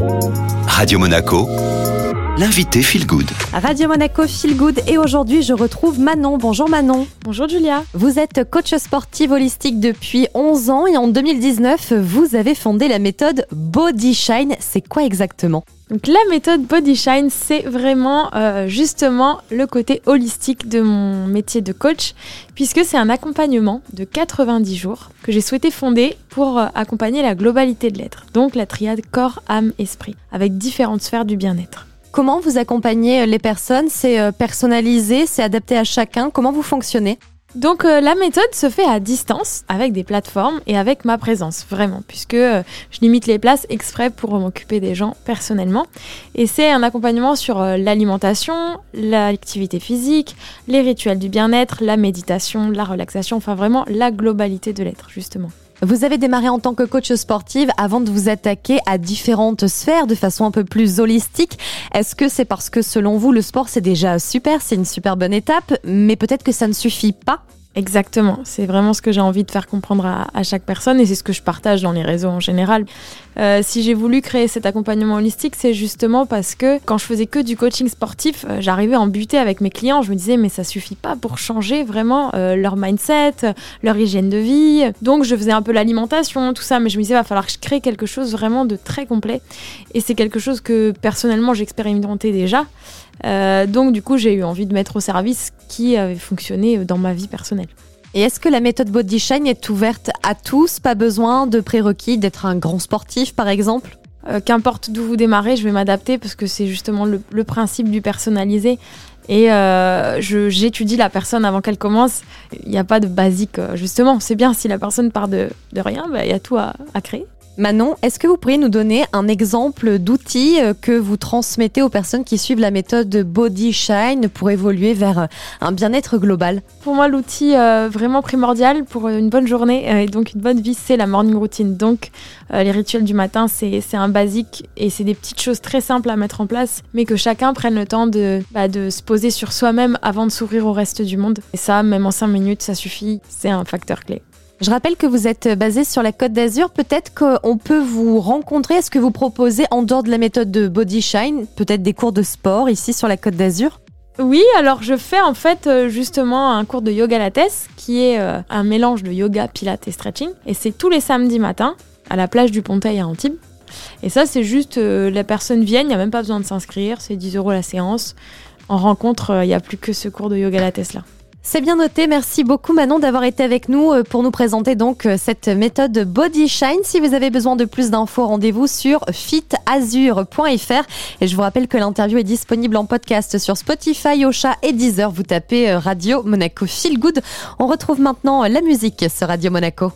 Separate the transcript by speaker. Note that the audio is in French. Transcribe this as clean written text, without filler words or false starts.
Speaker 1: Radio Monaco, l'invité Feel Good.
Speaker 2: Radio Monaco Feel Good et aujourd'hui je retrouve Manon. Bonjour Manon.
Speaker 3: Bonjour Julia.
Speaker 2: Vous êtes coach sportive holistique depuis 11 ans et en 2019 vous avez fondé la méthode Body Shine. C'est quoi exactement ?
Speaker 3: Donc la méthode Body Shine, c'est vraiment justement le côté holistique de mon métier de coach, puisque c'est un accompagnement de 90 jours que j'ai souhaité fonder pour accompagner la globalité de l'être, donc la triade corps, âme, esprit, avec différentes sphères du bien-être.
Speaker 2: Comment vous accompagnez les personnes ? C'est personnalisé, c'est adapté à chacun. Comment vous fonctionnez ?
Speaker 3: Donc la méthode se fait à distance avec des plateformes et avec ma présence, vraiment, puisque je limite les places exprès pour m'occuper des gens personnellement. Et c'est un accompagnement sur l'alimentation, l'activité physique, les rituels du bien-être, la méditation, la relaxation, enfin vraiment la globalité de l'être, justement.
Speaker 2: Vous avez démarré en tant que coach sportive avant de vous attaquer à différentes sphères de façon un peu plus holistique. Est-ce que c'est parce que selon vous, le sport c'est déjà super, c'est une super bonne étape, mais peut-être que ça ne suffit pas ?
Speaker 3: Exactement, c'est vraiment ce que j'ai envie de faire comprendre à chaque personne et c'est ce que je partage dans les réseaux en général. Si j'ai voulu créer cet accompagnement holistique, c'est justement parce que quand je faisais que du coaching sportif, j'arrivais à en buter avec mes clients. Je me disais mais ça suffit pas pour changer vraiment leur mindset, leur hygiène de vie. Donc je faisais un peu l'alimentation, tout ça, mais je me disais il va falloir que je crée quelque chose vraiment de très complet. Et c'est quelque chose que personnellement j'expérimentais déjà. Donc du coup j'ai eu envie de mettre au service qui avait fonctionné dans ma vie personnelle.
Speaker 2: Et est-ce que la méthode Body Shine est ouverte à tous ? Pas besoin de prérequis d'être un grand sportif par exemple ?
Speaker 3: Qu'importe d'où vous démarrez, je vais m'adapter parce que c'est justement le principe du personnalisé. Et j'étudie la personne avant qu'elle commence. Il n'y a pas de basique, justement. C'est bien si la personne part de rien, il y a tout à créer.
Speaker 2: Manon, est-ce que vous pourriez nous donner un exemple d'outil que vous transmettez aux personnes qui suivent la méthode Body Shine pour évoluer vers un bien-être global ?
Speaker 3: Pour moi, l'outil vraiment primordial pour une bonne journée et donc une bonne vie, c'est la morning routine. Donc, les rituels du matin, c'est un basique et c'est des petites choses très simples à mettre en place, mais que chacun prenne le temps de se poser sur soi-même avant de s'ouvrir au reste du monde. Et ça, même en 5 minutes, ça suffit. C'est un facteur clé.
Speaker 2: Je rappelle que vous êtes basé sur la Côte d'Azur. Peut-être qu'on peut vous rencontrer. Est-ce que vous proposez, en dehors de la méthode de Body Shine, peut-être des cours de sport ici sur la Côte d'Azur ?
Speaker 3: Oui, alors je fais en fait justement un cours de yoga lattes qui est un mélange de yoga, pilates et stretching. Et c'est tous les samedis matins à la plage du Ponteil à Antibes. Et ça, c'est juste la personne vient, il n'y a même pas besoin de s'inscrire. C'est 10 € la séance. En rencontre, il n'y a plus que ce cours de yoga lattes là.
Speaker 2: C'est bien noté. Merci beaucoup Manon d'avoir été avec nous pour nous présenter donc cette méthode Body Shine. Si vous avez besoin de plus d'infos, rendez-vous sur fitazur.fr. Et je vous rappelle que l'interview est disponible en podcast sur Spotify, Ocha et Deezer. Vous tapez Radio Monaco Feel Good. On retrouve maintenant la musique sur Radio Monaco.